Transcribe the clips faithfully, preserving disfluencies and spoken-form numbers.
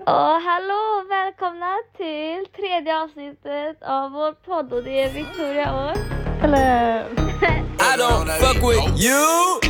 Och hallå, välkomna till tredje avsnittet av vår podd och det är Victoria och... Hello. I don't fuck with you.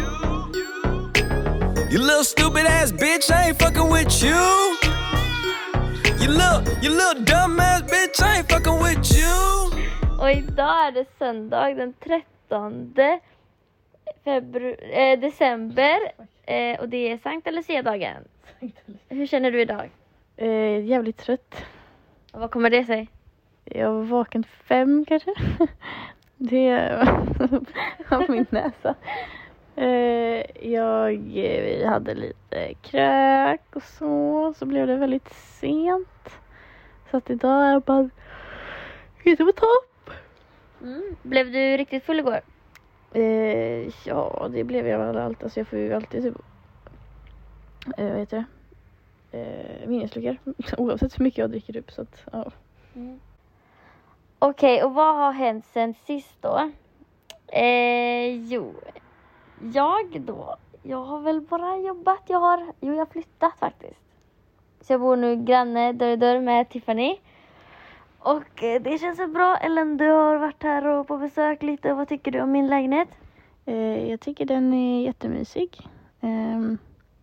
You little stupid ass bitch, I ain't fucking with you. You little, you little dumb ass bitch, I ain't fucking with you. Och idag är det söndag den trettonde febru- eh, december eh, och det är Sankt Lucia-dagen. Hur känner du idag? Eh, jävligt trött. Och vad kommer det sig? Jag var vaken fem kanske. Det var min näsa. Eh, jag vi hade lite krök och så. Så blev det väldigt sent. Så att idag är jag bara inte på topp. Mm. Blev du riktigt full igår? Eh, ja, det blev jag väl allt. Alltså jag får ju alltid typ... Eh, vad heter det? Eh, minnesluckor. Oavsett hur mycket jag dricker upp. Så att, ja. Mm. Okej, okay, och vad har hänt sen sist då? Eh, jo, jag då. Jag har väl bara jobbat. Jag har, jo, jag har flyttat faktiskt. Så jag bor nu granne dörr i dörr med Tiffany. Och eh, det känns så bra. Ellen, du har varit här och på besök lite. Vad tycker du om min lägenhet? Eh, jag tycker den är jättemysig. Um,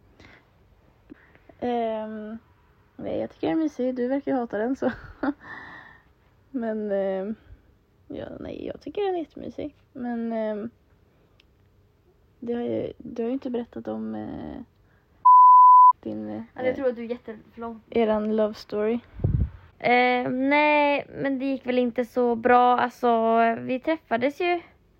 um, nej, jag tycker den är mysig. Du verkar hata den så. Men um, ja, nej, jag tycker den är jättemysig. Men um, det har ju, du har ju inte berättat om uh, din uh, Alltså, jag tror att du är jätteflång. eran love story. Eh, nej, men det gick väl inte så bra. Alltså, vi träffades ju.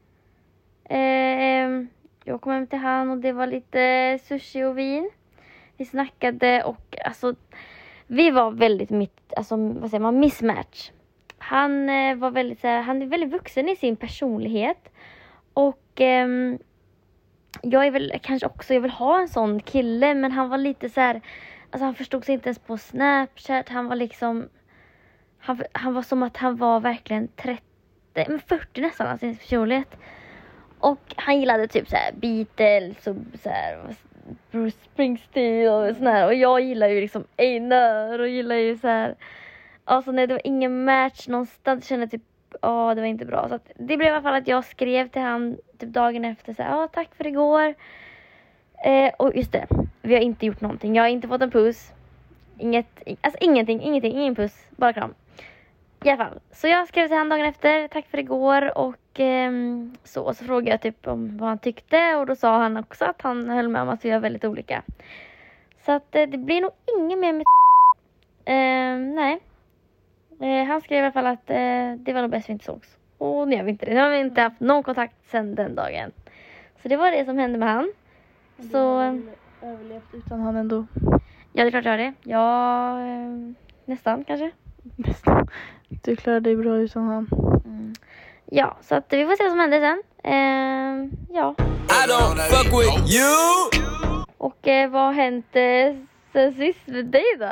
Eh, jag kom hem till han och det var lite sushi och vin. Vi snackade och alltså, vi var väldigt mitt, alltså vad säger man, mismatch. Han eh, var väldigt så här, han är väldigt vuxen i sin personlighet. Och eh, jag är väl kanske också, jag vill ha en sån kille, men han var lite så här, alltså han förstod sig inte ens på Snapchat. Han var liksom Han, han var som att han var verkligen trettio, men fyrtio nästan av sin personlighet. Och han gillade typ så här Beatles och så här Bruce Springsteen och sån här. Och jag gillar ju liksom Einar och gillar ju så här. Alltså nej, det var ingen match någonstans. Jag kände typ, ja oh, det var inte bra. Så att det blev i alla fall att jag skrev till han typ dagen efter så här, ja oh, tack för igår. Eh, och just det, vi har inte gjort någonting. Jag har inte fått en puss. Inget, alltså ingenting, ingenting, ingen puss, bara kram. I alla fall, så jag skrev till han dagen efter, tack för igår och eh, så, och så frågade jag typ om vad han tyckte och då sa han också att han höll med om att vi är väldigt olika. Så att eh, det blir nog inget mer med eh, nej. Eh, han skrev i alla fall att eh, det var nog bäst vi inte sågs. Och nu har vi inte det, nu har vi inte haft någon kontakt sedan den dagen. Så det var det som hände med han. Du så har väl överlevt utan han ändå? Ja, det är klart jag har det. Ja, eh, nästan kanske. Nästan. Du klarar dig bra utan han. Mm. Ja, så att vi får se vad som händer sen. Eh, ja. I don't fuck with you. Och eh, vad har hänt eh, sen sist med dig då?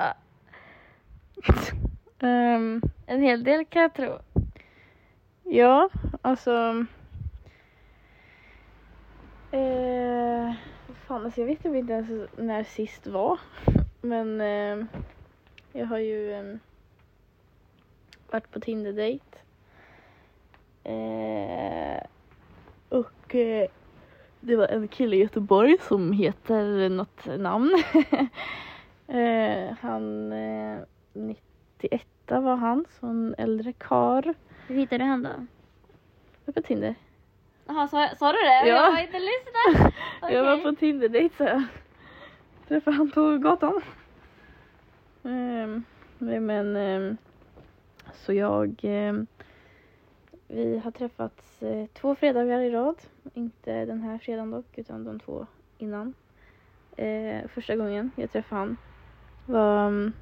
um, En hel del kan jag tro. ja, alltså... Eh, fan, alltså jag vet inte ens när sist var. Men eh, jag har ju eh, varit på Tinder-date. Eh, och eh, det var en kille i Göteborg som heter något namn. eh, han eh, nittioett var han, så en äldre kar. Hur hittade du han då? Jag var på Tinder. Jaha, sa, sa du det? Ja. Jag har inte lyssnat. Okay. Jag var på Tinder-date så jag träffade han på gatan. Um, men um, så jag um, vi har träffats uh, två fredagar i rad. Inte den här fredagen dock, utan de två innan. Uh, första gången jag träffade han var um,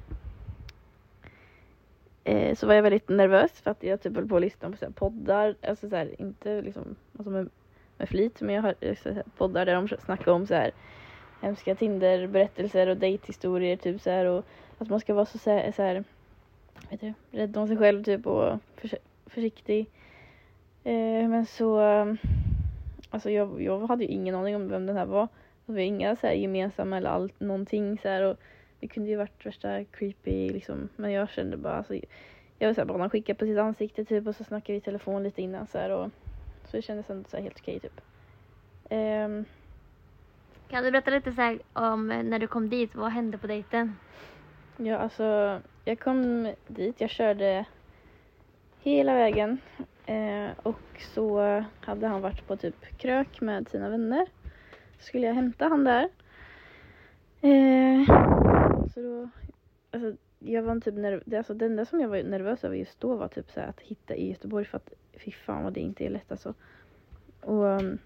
uh, så var jag väldigt nervös för att jag typ höll på att lyssna på så här poddar, alltså så här, inte liksom alltså med, med flit, men jag har så här, poddar där de snackar om så här hemska Tinder-berättelser och date-historier typ så här, och att man ska vara så, så här, så här vet du, rädd om sig själv typ och för, försiktig. Eh, men så alltså jag, jag hade ju ingen aning om vem den här var. Det var inga så här gemensamma eller allt, någonting så här, och det kunde ju varit värsta creepy liksom. Men jag kände bara, alltså, jag var såhär, bara han skickade på sitt ansikte typ. Och så snackade vi i telefon lite innan så här. Och så det kändes ändå så här helt okej typ. Um, Kan du berätta lite så här om när du kom dit? Vad hände på dejten? Ja, alltså jag kom dit, jag körde hela vägen eh, och så hade han varit på typ krök med sina vänner. Skulle jag hämta han där. Eh, så då, alltså jag var typ nervös, alltså det enda som jag var nervös över just då var typ så här att hitta i Göteborg, för att fy fan vad det inte är lätt alltså. Och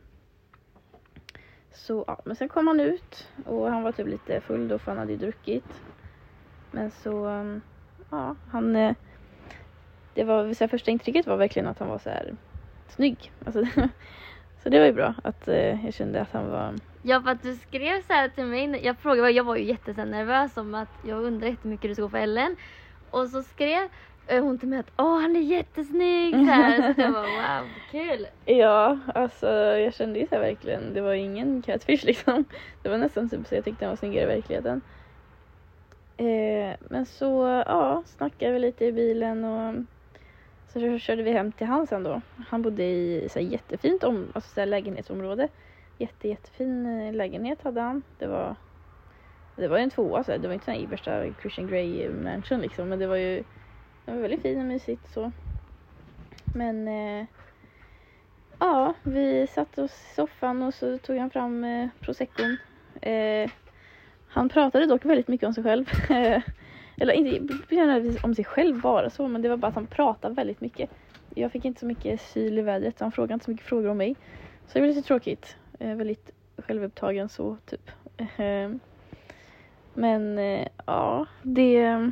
så, ja, men sen kom han ut och han var typ lite full då, för han hade ju druckit. Men så, ja, han, det var, så här, första intrycket var verkligen att han var så här snygg. Alltså, så det var ju bra att eh, jag kände att han var... Ja, för att du skrev så här till mig. Jag frågade, jag var ju jättenervös om att jag undrade jättemycket du skulle gå för Ellen. Och så skrev hon till mig att åh, han är jättesnygg. Så, här. Så jag var wow, kul. Ja, alltså jag kände ju så här verkligen. Det var ingen catfish liksom. Det var nästan typ så jag tyckte han var snyggare i verkligheten. Eh, men så, ja, snackade vi lite i bilen och så körde vi hem till han sen då. Han bodde i så här jättefint om, alltså så här lägenhetsområde. Jätte, jättefin lägenhet hade han. Det var, det var en tvåa, så här. Det var inte sån här Ibersta Christian Grey mansion liksom. Men det var ju, det var väldigt fint och mysigt så. Men, eh, ja, vi satt oss i soffan och så tog han fram eh, Proseccon. Eh, Han pratade dock väldigt mycket om sig själv. Eller inte om sig själv bara så, men det var bara att han pratade väldigt mycket. Jag fick inte så mycket syl i vädret, så han frågade inte så mycket frågor om mig. Så det var lite tråkigt. Eh, väldigt självupptagen så, typ. Eh, men, eh, ja, det...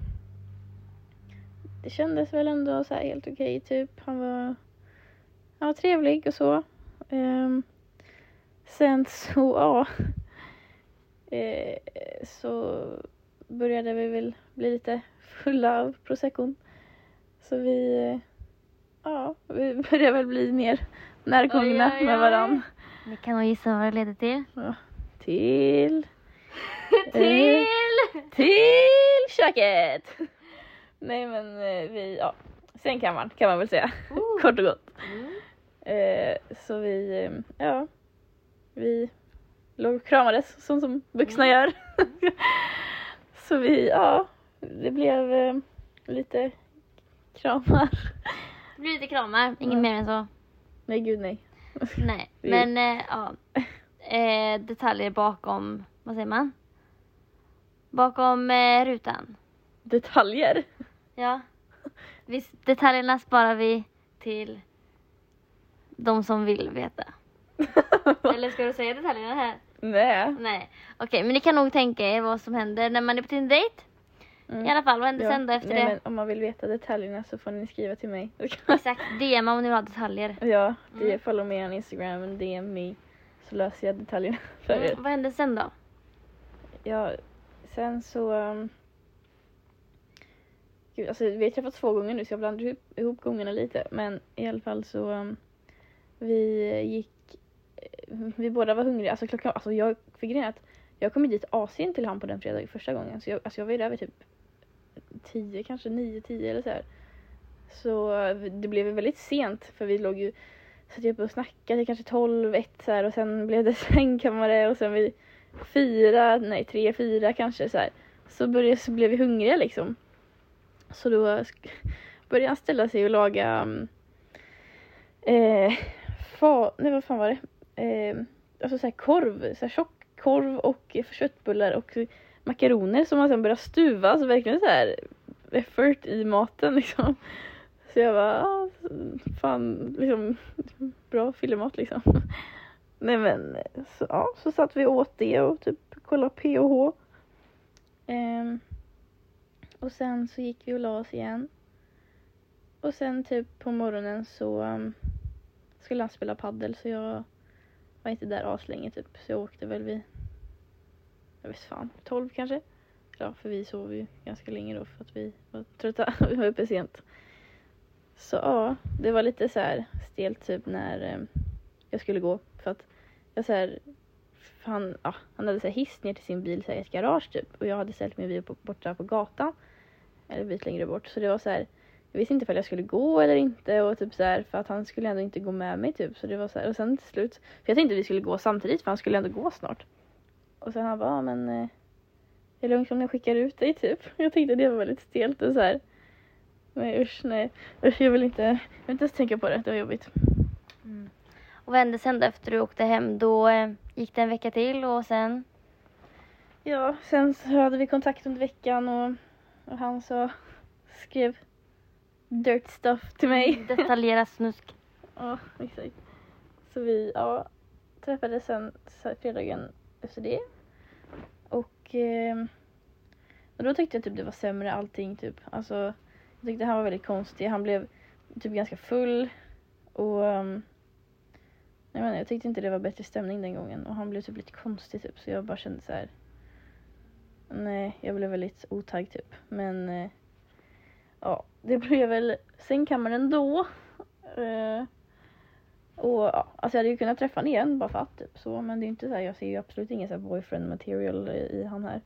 Det kändes väl ändå så här helt okej, typ. Han var, han var trevlig och så. Eh, sen så, ja... Eh, så började vi väl bli lite fulla av Proseccon. Så vi, eh, ja, vi började väl bli mer närgångna oj, oj, oj. med varann. Ni kan nog gissa vad det leder till. Ja, till... till... Eh, till köket! Nej men eh, vi, ja, sängkammaren kan man väl säga. Uh. Kort och gott. Mm. Eh, så vi, eh, ja, vi... låg och kramades som, som vuxna mm. gör. Så vi, ja, det blev eh, lite kramar. Det blev lite kramar, inget ja. mer än så. Nej, gud nej. Nej, men eh, ja. Eh, detaljer bakom, vad säger man? Bakom eh, rutan. Detaljer? Ja. Visst, detaljerna sparar vi till de som vill veta. Eller ska du säga detaljerna här? Nej. Nej. Okej, okay, men ni kan nog tänka er vad som händer när man är på sin dejt. Mm. I alla fall, vad händer ja. sen då efter Nej, det? Men om man vill veta detaljerna så får ni skriva till mig. Exakt, D M om ni vill ha detaljer. Ja, det mm. follow me on Instagram, D M me. Så löser jag detaljerna för er. Mm. Vad händer sen då? Ja, sen så... Um... Gud, alltså vi har träffat två gånger nu så jag blandar ihop, ihop gångerna lite. Men i alla fall så... Um... Vi gick... Vi båda var hungriga. Alltså klockan... Alltså jag fick grejen att jag kom dit asien till han på den fredag första gången. Så jag, alltså jag var ju där vid typ tio, kanske nio, tio eller så här. Så det blev väldigt sent. För vi låg ju... Satt jag uppe och snackade till kanske tolv, ett så här. Och sen blev det sängkammare. Och sen vid fyra, nej tre, fyra kanske så här. Så, började, så blev vi hungriga liksom. Så då började han ställa sig och laga... Eh, fa, nej vad fan var det? Eh, alltså så här korv, så här tjock korv och köttbullar och makaroner som man sen började stuva. Så verkligen så här effort i maten liksom. Så jag bara, ah, fan, liksom bra fyllemat liksom. Nej men, så, ja, så satt vi åt det och typ kollade P och H. Eh, och sen så gick vi och la oss igen. Och sen typ på morgonen så um, skulle han spela paddel så jag var inte där aslänge typ. Så jag åkte väl vid, jag vet fan, tolv kanske. Ja, för vi sov ju ganska länge då för att vi var trötta. Vi var uppe sent. Så ja, det var lite så här stelt typ när um, jag skulle gå. För att jag så här för han, ja, han hade så här hiss ner till sin bil så här, i ett garage typ. Och jag hade ställt mig vid på, borta på gatan. Eller bit längre bort. Så det var så här, jag visste inte om jag skulle gå eller inte. Och typ så här, för att han skulle ändå inte gå med mig typ. Så det var så här, och sen till slut, för jag tänkte att vi skulle gå samtidigt för han skulle ändå gå snart. Och sen han bara, ja, men eh, är det lugnt om jag skickar ut dig typ. Jag tänkte det var väldigt stelt och så här. Nej usch, nej. Usch, jag vill inte, jag vill inte ens tänka på det, det var jobbigt. Mm. Och vad hände sen då efter du åkte hem? Då eh, gick det en vecka till och sen? Ja, sen så hade vi kontakt under veckan och, och han så skrev dirt stuff till mig. Detaljerat snusk. Ja, exakt. Så vi, ja, träffades sen så fredagen efter det. Och, eh, och då tyckte jag typ det var sämre allting typ. Alltså, jag tyckte han var väldigt konstig. Han blev typ ganska full. Och um, jag, menar, jag tyckte inte det var bättre stämning den gången. Och han blev typ lite konstig typ. Så jag bara kände så här. Nej, jag blev väldigt otagg typ. Men eh, ja, det blev väl sängkammaren ändå. Eh, och ja, alltså jag hade ju kunnat träffa honom igen bara för att typ så. Men det är inte så här, jag ser ju absolut ingen så här boyfriend material i, i han här.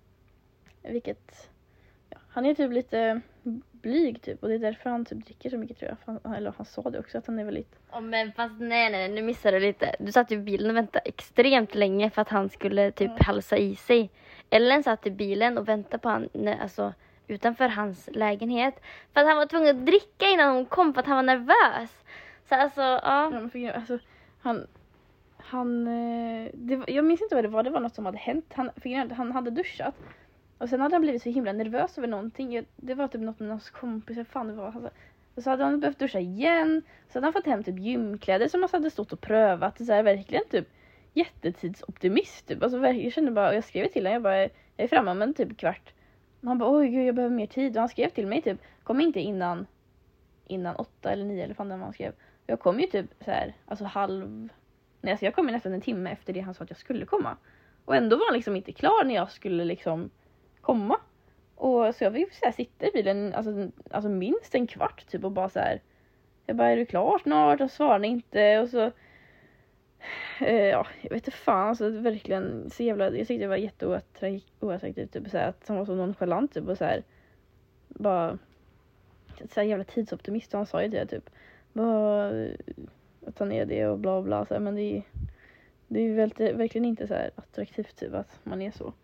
Vilket, ja, han är typ lite blyg typ. Och det är därför han typ dricker så mycket tror jag. Han, eller han sa det också att han är väldigt. Oh, men fast nej, nej, nu missade du lite. Du satt ju i bilen och väntade extremt länge för att han skulle typ Mm. halsa i sig. Ellen satt i bilen och väntade på han, nej, alltså utanför hans lägenhet. För att han var tvungen att dricka innan hon kom för att han var nervös. Så alltså, ja. Ja, men för, alltså, han, han, eh, det var, jag minns inte vad det var, det var något som hade hänt. Han, för, han hade duschat. Och sen hade han blivit så himla nervös över någonting. Jag, det var typ något med hans kompis, vad fan det var. Alltså, och så hade han behövt duscha igen. Så hade han fått hem typ gymkläder som han hade stått och prövat. Så här, verkligen typ jättetidsoptimist. Typ. Alltså, jag kände bara, jag skrev till honom, jag bara, jag är framme om en typ kvart. Och han bara, oj gud jag behöver mer tid. Och han skrev till mig typ, kom inte innan, innan åtta eller nio eller fan det var han skrev. Jag kom ju typ så här, alltså halv, nej alltså jag kom ju nästan en timme efter det han sa att jag skulle komma. Och ändå var han liksom inte klar när jag skulle liksom komma. Och så jag fick så här sitta i bilen alltså, alltså minst en kvart typ och bara så här. Jag bara, är du klar snart? Och svarade inte. Och så eh, ja, jag vet inte fan alltså verkligen så jävla, jag tyckte det var jätteoattraktivt typ så här, att han var så nonchalant typ och så här bara så här jävla tidsoptimist och han sa ju det typ bara att han är det och bla bla så här, men det är det är väldigt, verkligen inte så här attraktivt typ att man är så.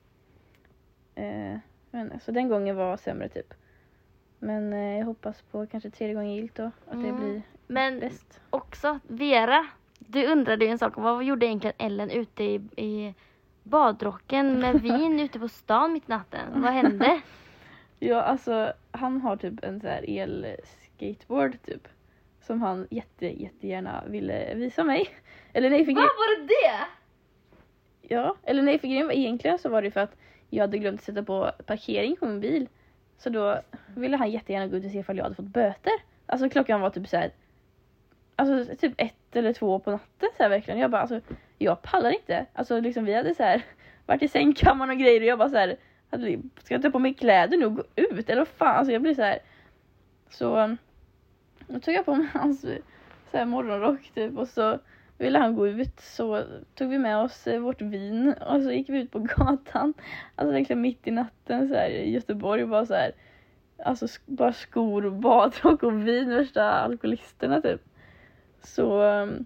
Eh, men, så den gången var sämre typ. Men eh, jag hoppas på kanske tredje gången gilt då. Att Mm. det blir Men bäst. också, Vera, du undrade ju en sak. Vad gjorde egentligen Ellen ute i, i badrocken med vin ute på stan mitt i natten? Vad hände? Ja alltså han har typ en så här el skateboard typ. Som han jätte jättegärna ville visa mig. Eller nej för Vad var det det? Ja, eller nej för grejen var egentligen så var det för att jag hade glömt sätta på parkering på min bil. Så då ville han jättegärna gå ut och se ifall jag hade fått böter. Alltså klockan var typ så här, alltså typ ett eller två på natten så här verkligen. Jag bara alltså, jag pallar inte. Alltså liksom vi hade så här varit i sängkammaren och grejer och jag bara så här, hade, ska jag ta på mig kläder nu och gå ut eller vad fan. Alltså jag blir så här. Så då tog jag på mig hans så här morgonrock typ och så ville han gå ut så tog vi med oss vårt vin och så gick vi ut på gatan. Alltså verkligen mitt i natten så här i Göteborg bara så här. Alltså bara skor och badrock och vin, värsta alkoholisterna typ. Så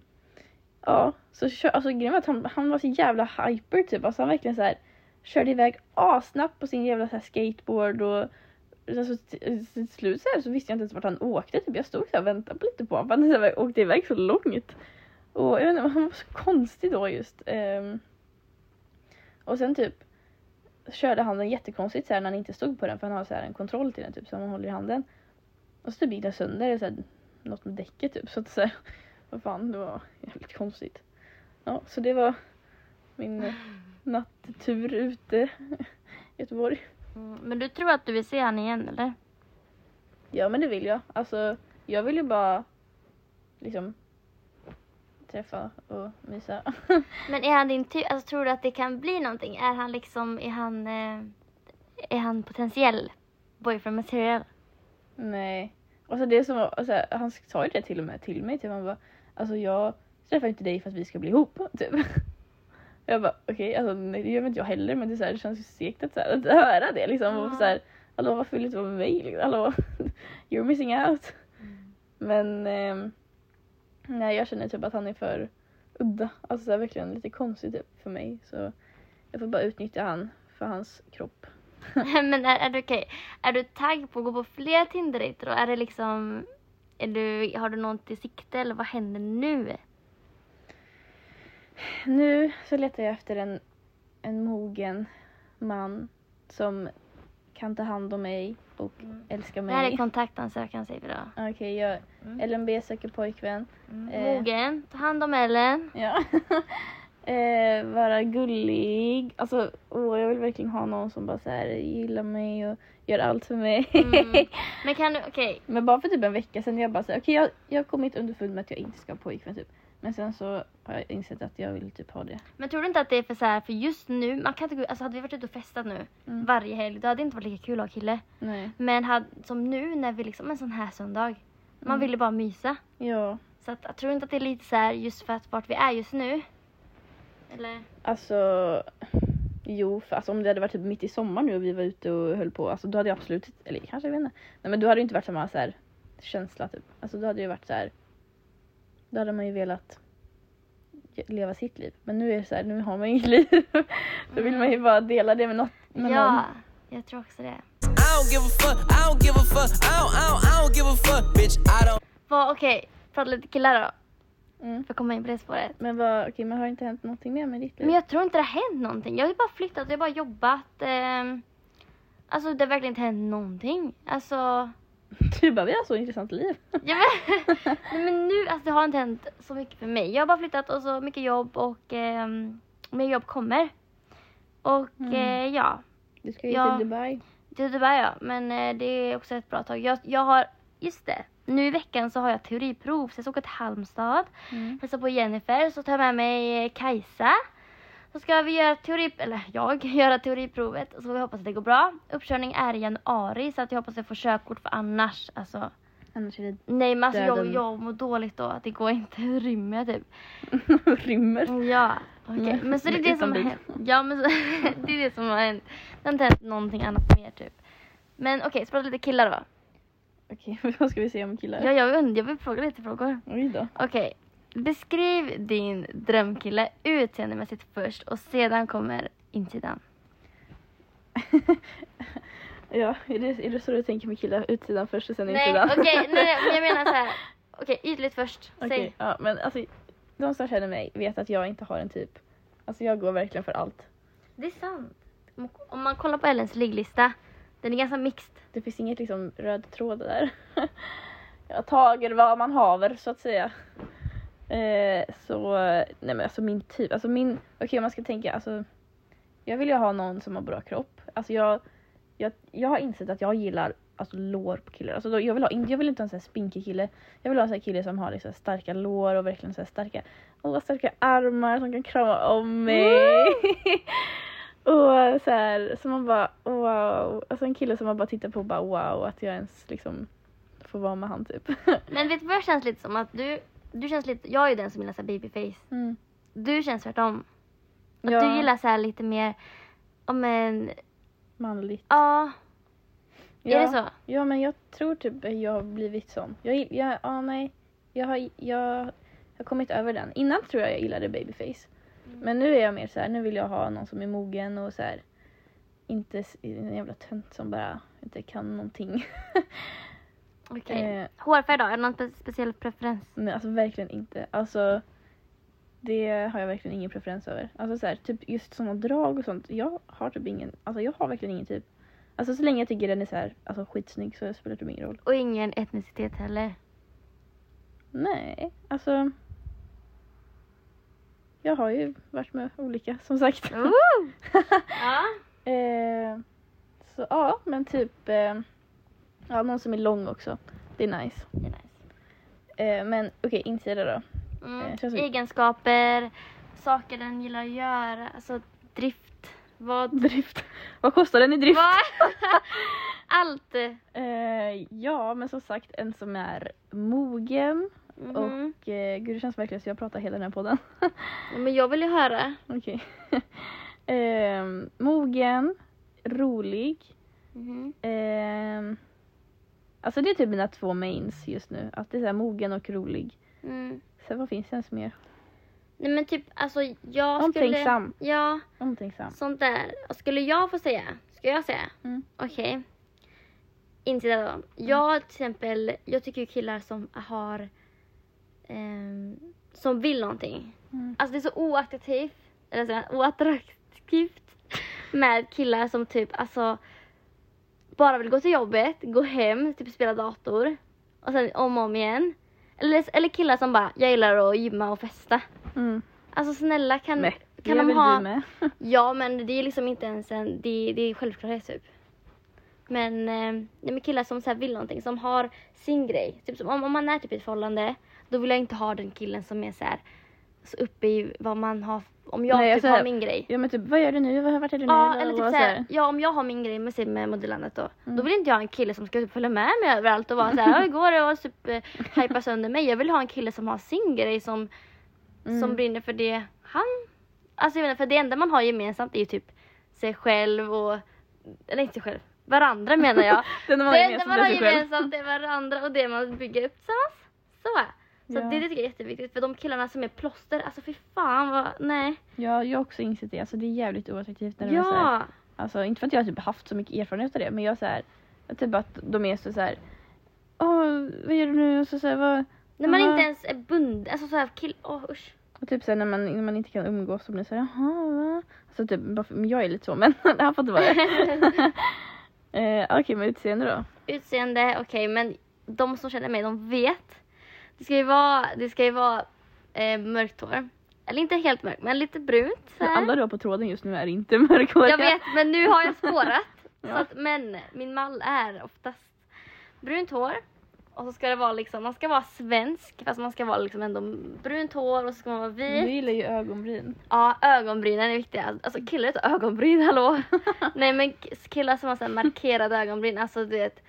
ja, så alltså grejen var att han, han var så jävla hyper typ. Alltså han verkligen så här körde iväg asnabbt på sin jävla så här skateboard och alltså till slut så, här, så visste jag inte ens vart han åkte typ. Jag stod så här och väntade på lite på honom. Han så här, åkte iväg så långt. Och jag vet inte, han var så konstig då just. Um, och sen typ körde han den jättekonstigt så här, när han inte stod på den. För han har så här en kontroll till den typ som man håller i handen. Och så typ gick den sönder så här, något med däcket typ. Så att så här, vad fan, det var jävligt konstigt. Ja, så det var min eh, natttur ute i Göteborg. Mm, men du tror att du vill se han igen eller? Ja men det vill jag. Alltså jag vill ju bara liksom träffa och mysa. Men är han din typ, alltså tror du att det kan bli någonting? Är han liksom, är han, eh, är han potentiell boyfriend material? Nej. Alltså det som var, alltså, han sa ju det till och med till mig. Typ, han bara, alltså jag träffar inte dig för att vi ska bli ihop. Typ. Jag bara, okej, okay, alltså nej, det gör inte jag heller, men det, är så här, det känns ju segt att, så här, att höra det liksom. Ja. Och så här, hallå, varför vill du inte vara med mig? Liksom? Hallå, you're missing out. Mm. Men eh, nej, jag känner typ att han är för udda. Alltså så här, verkligen lite konstig typ för mig. Så jag får bara utnyttja han för hans kropp. Men är, är du okej? Okay? Är du tagg på att gå på fler Tinder-dejter då? Är det liksom... Är du, har du något i sikte eller vad händer nu? Nu så letar jag efter en, en mogen man som kan ta hand om mig och Mm. älska Det här är mig. kontaktansökan säger vi då. Okej, okay, jag Mm. L M B söker pojkvän. Mm. Eh. Mogen, ta hand om Ellen. Ja. eh, vara gullig. Alltså, åh, jag vill verkligen ha någon som bara så här gillar mig och gör allt för mig. Mm. Men kan du, okej. Okay. Men bara för typ en vecka sedan jag bara så här, okej, okay, jag, jag har kommit underfund med att jag inte ska ha pojkvän typ. Men sen så har jag insett att jag vill typ ha det. Men tror du inte att det är för så här, för just nu, man kan inte gå, alltså hade vi varit ute och festat nu Mm. varje helg, då hade det inte varit lika kul att ha kille. Nej. Men hade, som nu när vi liksom, en sån här söndag, man Mm. ville bara mysa. Ja. Så att, jag tror inte att det är lite så här just för att vart vi är just nu. Eller? Alltså, jo, för alltså, om det hade varit typ mitt i sommar nu och vi var ute och höll på, alltså då hade jag absolut, eller kanske jag vet inte. Nej, men då hade det inte varit samma så här känsla typ. Alltså då hade det varit så här, då hade man ju velat leva sitt liv. Men nu är det så här, nu har man ju inget liv. Då vill man ju bara dela det med något. Med Ja, någon. jag tror också det. I don't give a fuck, I don't give a fuck, I don't, I don't, I don't give a fuck, bitch, I don't. Vad, okej, okay, prata lite killar då. Mm. För att komma in på det spåret. Men vad, okej, okay, men har det inte hänt någonting mer med ditt liv? Men jag tror inte det har hänt någonting. Jag har ju bara flyttat, jag har bara jobbat. ehm, Alltså det har verkligen inte hänt någonting. Alltså... Du bara, vi har så intressant liv. Ja, men, nej, men nu, alltså det har inte hänt så mycket för mig. Jag har bara flyttat och så mycket jobb och eh, mer jobb kommer. Och Mm. eh, ja, Du ska ju Ja. till Dubai. det är Dubai ja. Men eh, det är också ett bra tag. Jag, jag har, just det, nu i veckan så har jag teoriprov. Så jag ska åka till Halmstad, Mm. hälsa på Jennifer. Så tar jag med mig eh, Kajsa. Så ska vi göra teori, eller jag göra teoriprovet. Och så får vi hoppas att det går bra. Uppkörning är i januari så att jag hoppas att jag får körkort för annars. Alltså... Annars är det Nej men alltså jag, Döden. jag mår dåligt då. Att det går inte, rymmer jag typ. rymmer. Ja, okej. Mm. Men så det är det Utan som har bil. hänt. Ja men så, det är det som har hänt. Det har inte hänt någonting annat mer typ. Men okej, så prata lite killar då. Okej, vad ska vi se om killar? Ja, jag, und- jag vill fråga lite frågor. Oj då. Okej, beskriv din drömkille utseendemässigt först och sedan kommer insidan. Ja, är det, är det så du tänker med killar? Utsidan först och sen Nej, insidan? okej, nej, nej, men jag menar så här. Okej, ytligt först. Okej, Säg. ja, men alltså de som känner mig vet att jag inte har en typ. Alltså jag går verkligen för allt. Det är sant. Om- Om man kollar på Ellens ligglista, den är ganska mixed. Det finns inget liksom röd tråd där. Jag tager vad man haver så att säga. Eh, så, nej men alltså min typ, alltså min, okej om man ska tänka, alltså jag vill ju ha någon som har bra kropp. Alltså jag, jag, jag har insett att jag gillar alltså lår på killar. Alltså då, jag, vill ha, jag vill inte ha en sån här spinkig kille. Jag vill ha en sån här kille som har liksom starka lår och verkligen så här starka, och starka armar som kan krama om mig. Och så här, så man bara wow. Alltså en kille som man bara tittar på och bara wow, att jag ens liksom får vara med han typ. Men vet du vad det känns lite som? Att du, du känns lite, jag är ju den som gillar så här babyface. Mm. Du känns tvärtom. Att Ja. du gillar så här lite mer, ja men, Manligt. ja. Ja. Är det så? Ja, men jag tror typ att jag har blivit sån. Jag, jag, ja, nej. Jag har, jag, jag har kommit över den. Innan tror jag jag gillade babyface. Mm. Men nu är jag mer så här, nu vill jag ha någon som är mogen och så här, inte s- en jävla tönt som bara inte kan någonting. Okej. Eh. Hårfärg då? Är det någon spe- speciell preferens? Men alltså verkligen inte. Alltså det har jag verkligen ingen preferens över. Alltså så här, typ just sådana drag och sånt. Jag har typ ingen, alltså jag har verkligen ingen typ. Alltså så länge jag tycker den är så här, alltså skitsnygg så spelar det typ ingen roll. Och ingen etnicitet heller. Nej, alltså jag har ju varit med olika som sagt. Ooh! Ja. eh, så ja, men typ eh, ja, någon som är lång också. Det är nice. Det är nice. Eh, men okej, insida då. Mm. Eh, känns som- Egenskaper, saker den gillar att göra, alltså drift. Vad? Drift. Vad kostar den i drift? Vad? Allt. Eh, ja, men som sagt en som är mogen. Mhm. Och eh, gud, det känns verkligen så jag pratar hela den här podden. Ja, men jag vill ju höra. Okej. ehm, mogen, rolig. Mhm. Ehm, alltså det är typ mina två mains just nu. Att det är så här mogen och rolig. Mm. Sen vad finns det ens mer? Nej men typ, alltså jag skulle... Omtänksam. Ja, Omtänksam. sånt där. Och skulle jag få säga? Ska jag säga? Mm. Okej. Inte det då. Jag till exempel, jag tycker ju killar som har... ehm, som vill någonting. Mm. Alltså det är så oattraktivt. Eller så här, oattraktivt. Med killar som typ, alltså... Bara vill gå till jobbet, gå hem, typ spela dator. Och sen om och om igen. Eller, eller killar som bara, jag gillar att gymma och festa. Mm. Alltså snälla, kan, Nej, kan det de vill ha... du med. Ja, men det är liksom inte ens en... Det, det är självklarhet typ. Men, eh, nej, men killar som så här vill någonting, som har sin grej. Typ som, om, om man är typ i ett förhållande, då vill jag inte ha den killen som är så här så uppe i vad man har... Om jag Nej, typ så har här, min grej. Ja men typ, vad gör du nu? Vad vart är du nu? Ja, Bla, eller bla, typ bla, så här, ja, om jag har min grej med, sig med modellandet då, Mm. då vill inte jag ha en kille som ska typ följa med mig överallt och vara så här, hur går det och typ eh, hypa sönder mig. Jag vill ha en kille som har sin grej, som, Mm. som brinner för det han... Alltså jag vet inte, för det enda man har gemensamt är ju typ sig själv och... Eller inte sig själv, varandra menar jag. Det enda man Det har enda gemensamt man är har sig själv. gemensamt är varandra och det man bygger upp tillsammans. Så. Så Ja. det, det tycker jag är jätteviktigt. För de killarna som är plåster, alltså fy fan vad... Nej. Ja, jag har också insett det. Alltså det är jävligt oattraktivt när det är så här. Ja. Alltså inte för att jag har typ haft så mycket erfarenhet av det, men jag så här, jag typ att de är så så här. Åh, vad gör du nu? Och så så här, vad? När man Jaha. inte ens är bunden, alltså såhär kill... Åh usch. Och typ så här, när man när man inte kan umgås så blir det så här, jaha, va? Alltså typ, bara för- men jag är lite så, men det här får inte vara det. eh, Okej, men utseende då? Utseende, okej, men de som känner mig, de vet. Det ska ju vara, det ska ju vara eh, mörkt hår. Eller inte helt mörkt, men lite brunt. Så här. Alla du har på tråden just nu är inte mörkhåriga. Jag vet, men nu har jag spårat. Ja. Så att, men min mall är oftast brunt hår. Och så ska det vara liksom, man ska vara svensk. Fast man ska vara liksom ändå brunt hår och så ska man vara vit. Du gillar ju ögonbryn. Ja, ögonbrynen är viktiga. Alltså killar heter ögonbryn, hallå. Nej men k- killar som har så här markerade ögonbryn, alltså du vet.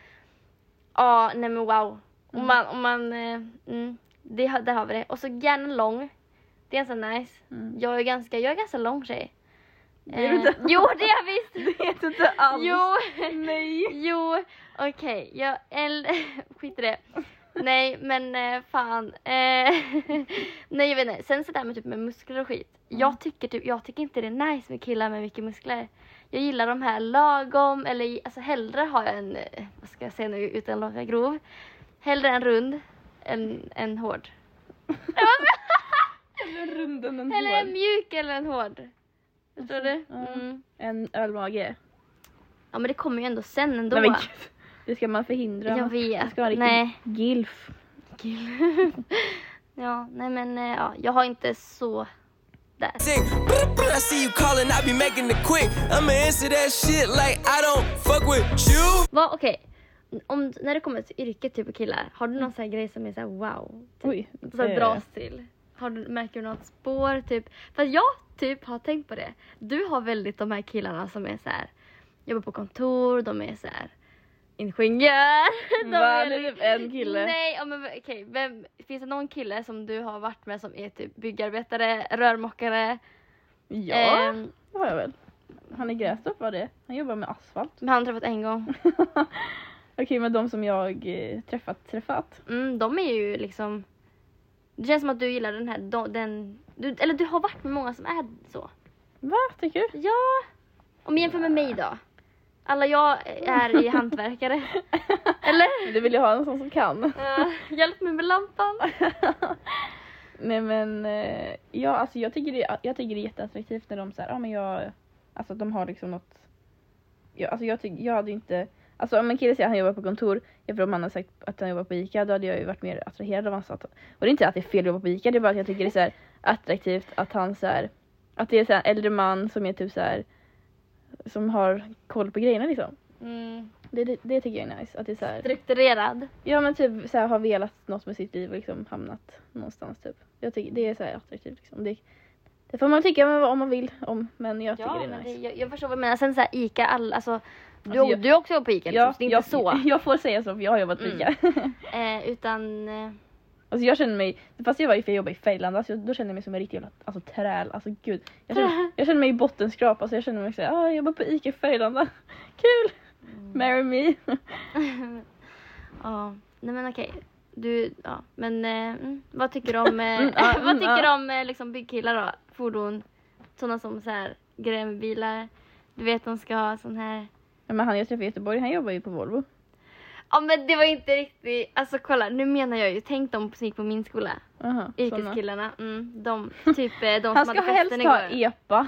Ja, nej men wow. Om man, om man, eh, mm, det, har- där har vi det. Och så gärna lång. Det är ganska nice. Mm. Jag är ganska, jag är ganska lång tjej. Det är du inte. jo, det är jag visst. Det vet du inte alls. Jo, Nej. jo, okej. Jag, el, skit i det. Nej, men eh, fan. Eh, nej, jag vet inte. Sen så där med typ med muskler och skit. Jag tycker typ, jag tycker inte det är nice med killar med mycket muskler. Jag gillar de här lagom, eller alltså hellre har jag en, eh, vad ska jag säga nu utan att låta grov. Hellre en rund än en hård. Eller runden en Eller en hår. mjuk eller en hård. Förstår du? Ja. Mm. En ölmage. Ja, men det kommer ju ändå sen ändå. Nej, men gud. Det ska man förhindra. Jag vet. Jag ska ha riktigt Nej. gilf. Ja, nej men eh, ja, jag har inte så där. Sing. I see you calling, I be making it quick. I'ma answer that shit like I don't fuck with you. Va, okej. Om, när det kommer till yrket typ av killar, har du någon sån här grej som är så här wow? Typ, Oj. så här eh, dras till? Har du, märker du något spår typ? För jag typ har tänkt på det. Du har väldigt de här killarna som är så här, jobbar på kontor, de är så här ingenjör. De Va, är det är typ en kille. Nej, ja, men okej. Vem, finns det någon kille som du har varit med som är typ byggarbetare, rörmokare? Ja, Ehm, det har jag väl. Han är Grästorp, var det? Han jobbar med asfalt. men han har träffat en gång. Okej, men de som jag eh, träffat, träffat. Mm, de är ju liksom... Det känns som att du gillar den här... de- Den, du, eller du har varit med många som är så. Va, tycker du? Ja. Om jag jämför med mig då. Alla jag är i hantverkare. Eller? Du vill ju ha en sån som kan. Ja, hjälp mig med lampan. Nej men, eh, ja alltså jag tycker det, jag tycker det är jätteattraktivt när de säger, ja men jag, alltså att de har liksom något, ja, alltså jag tycker, jag hade inte, alltså om en kille säger att han jobbar på kontor, jag tror om han hade sagt att han jobbar på ICA, då hade jag ju varit mer attraherad av hans att, och det är inte att det är fel att jobba på ICA, det är bara att jag tycker det är så här attraktivt att han så här, att det är så här en äldre man som är typ så här, som har koll på grejerna liksom. Mm. Det, det, det tycker jag är nice, att det är så här, Strukturerad. ja men typ så här, har velat något med sitt liv och liksom hamnat någonstans typ. Jag tycker det är så här attraktivt liksom. Det, det får man tycka om man vill om, men jag tycker Ja, det är men det, nice. jag, jag förstår vad du menar. Sen så här ICA, all, alltså... Du, Alltså, jag- du har också jobbat på ICA, Ja, liksom, så det är inte jag, så. jag får säga så för jag har jobbat på Mm. ICA. Eh, utan... Eh, Alltså jag känner mig, fast jag var i för jobba i Färgland, alltså då känner jag mig som en riktig jävla, alltså träl, alltså gud. Jag känner, jag känner mig i bottenskrap, alltså jag känner mig såhär, ah, jag jobbar på Ica Färglanda, kul, mm. Marry me. Ja, nej men okej. Du, ja, men eh, vad tycker du om, eh, vad tycker du om eh, liksom byggkillar då? Fordon, sådana som så här grävbilar. Du vet, de ska ha sån här. Ja, men han jag träffade i Göteborg, han jobbar ju på Volvo. Ja, men det var inte riktigt, alltså kolla, nu menar jag ju, tänk de som gick på min skola. Aha, yrkeskillarna, mm, de, typ de som han hade ska helst festen ha igår. epa.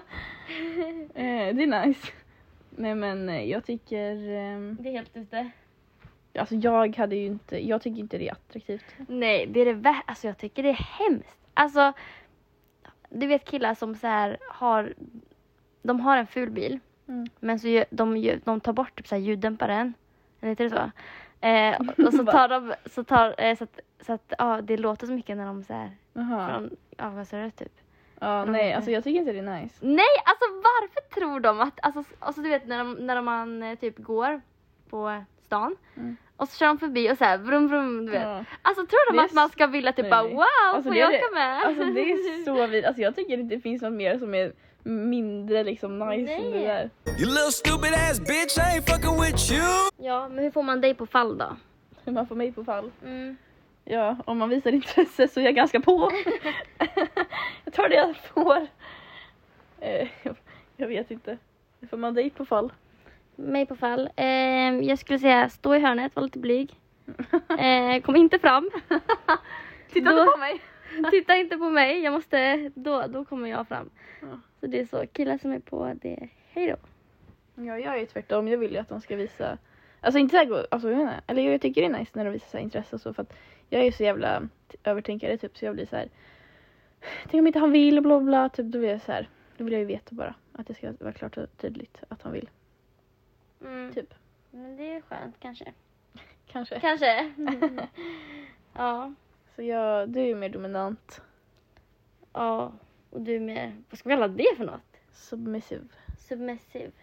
eh, det är nice. Nej men jag tycker... Eh, Det är helt ute. Alltså jag hade ju inte, jag tycker inte det är attraktivt. Nej, det är det värsta, alltså jag tycker det är hemskt. Alltså, du vet killar som så här har, de har en ful bil. Mm. Men så gör, de, gör, de tar bort typ så här ljuddämparen. Eller inte det så? Eh, och så tar de, så tar, eh, så att, så att ja, det låter så mycket när de så här, från avgasröret typ. Ja, nej, de, alltså jag tycker inte det är nice. Nej, alltså varför tror de att, alltså, alltså du vet när, de, när man typ går på stan. Mm. Och så kör de förbi och så här vrum vrum, du vet. Ja. Alltså tror de att man ska vilja typ bara wow, alltså, får jag åka med? Alltså det är så vid. Alltså jag tycker inte det finns något mer som är mindre liksom nice än det där. You little stupid ass bitch, I ain't fucking with you. Ja, men hur får man dig på fall då? Hur man får mig på fall? Mm. Ja, om man visar intresse så är jag ganska på. Jag tar det jag får. Eh, jag vet inte. Hur får man dig på fall? Mig på fall. Eh, jag skulle säga stå i hörnet, var lite blyg. Eh, kom inte fram. Titta då, inte på mig. Titta inte på mig. Jag måste, då, då kommer jag fram. Ja. Så det är så. Killar som är på det. Hej då. Ja, jag är tvärtom. Jag vill ju att de ska visa. Alltså inte så här, alltså, jag menar, eller jag tycker det är nice när de visar så här intresse och så. För att jag är så jävla övertänkare typ. Så jag blir så här. Tänk om inte han vill och bla bla. Typ då vill jag så här. Då vill jag ju veta bara. Att det ska vara klart och tydligt att han vill. Mm. Typ. Men det är skönt kanske. Kanske. Kanske. Mm. Ja. Så jag, du är ju mer dominant. Ja. Och du är mer, vad ska vi kalla det för något? Submissive. Submissive.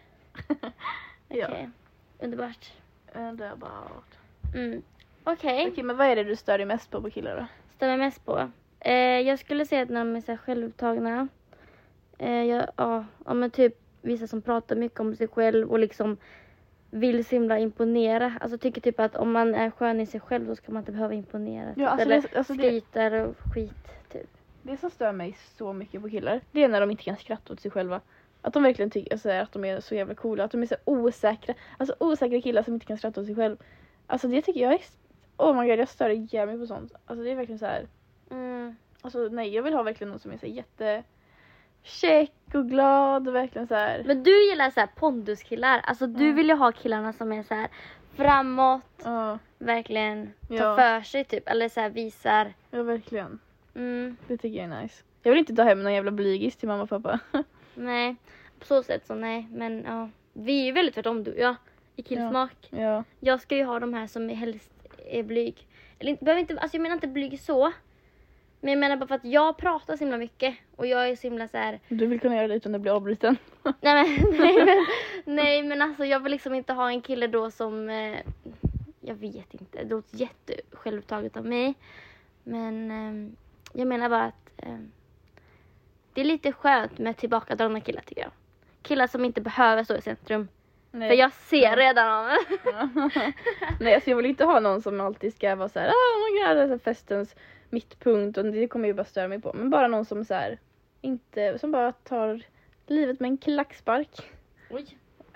Ja. Okej. Okay. Underbart. Underbart. Mm. Okej. Okay. Okej, men vad är det du stör dig mest på på killar då? Stör mig mest på? Eh, jag skulle säga att när de är så här självupptagna. Eh, jag, ja, ja, men typ vissa som pratar mycket om sig själv och liksom vill så himla imponera. Alltså tycker typ att om man är skön i sig själv då ska man inte behöva imponera. Typ. Ja, alltså eller det, alltså skrytar och skit typ. Det som stör mig så mycket på killar, det är när de inte kan skratta åt sig själva. Att de verkligen tycker alltså, att de är så jävla coola. Att de är så osäkra. Alltså osäkra killar som inte kan skratta åt sig själv. Alltså det tycker jag är... Oh my god, jag stör jävligt på sånt. Alltså det är verkligen så här. Mm. Alltså nej, jag vill ha verkligen någon som är så jätte... check och glad och verkligen så här. Men du gillar så här ponduskillar. Alltså du mm. vill ju ha killarna som är så här framåt. Uh. Verkligen tar ja. för sig typ. Eller så här visar. Ja, verkligen. Mm. Det tycker jag är nice. Jag vill inte ta hem någon jävla blygis till mamma och pappa. Nej, på så sätt så nej. Men ja, vi är ju väldigt tvärtom du ja, i killsmak. Ja. Ja. Jag ska ju ha de här som är helst är blyg. Eller inte, behöver inte, alltså jag menar inte blyg så. Men jag menar bara för att jag pratar så himla mycket. Och jag är så himla så här. Du vill kunna göra det utan att bli avbruten. nej, men, nej, men, nej men alltså jag vill liksom inte ha en kille då som eh, jag vet inte. Det låter jätte självupptaget av mig. Men eh, jag menar bara att eh, det är lite skönt med tillbakadragna killar tycker jag. Killar som inte behöver stå i centrum. Nej. För jag ser ja. redan av ja. Nej, alltså jag vill inte ha någon som alltid ska vara så här, oh my god, alltså festens mittpunkt och det kommer ju bara störa mig på. Men bara någon som så här, inte, som bara tar livet med en klackspark. Oj.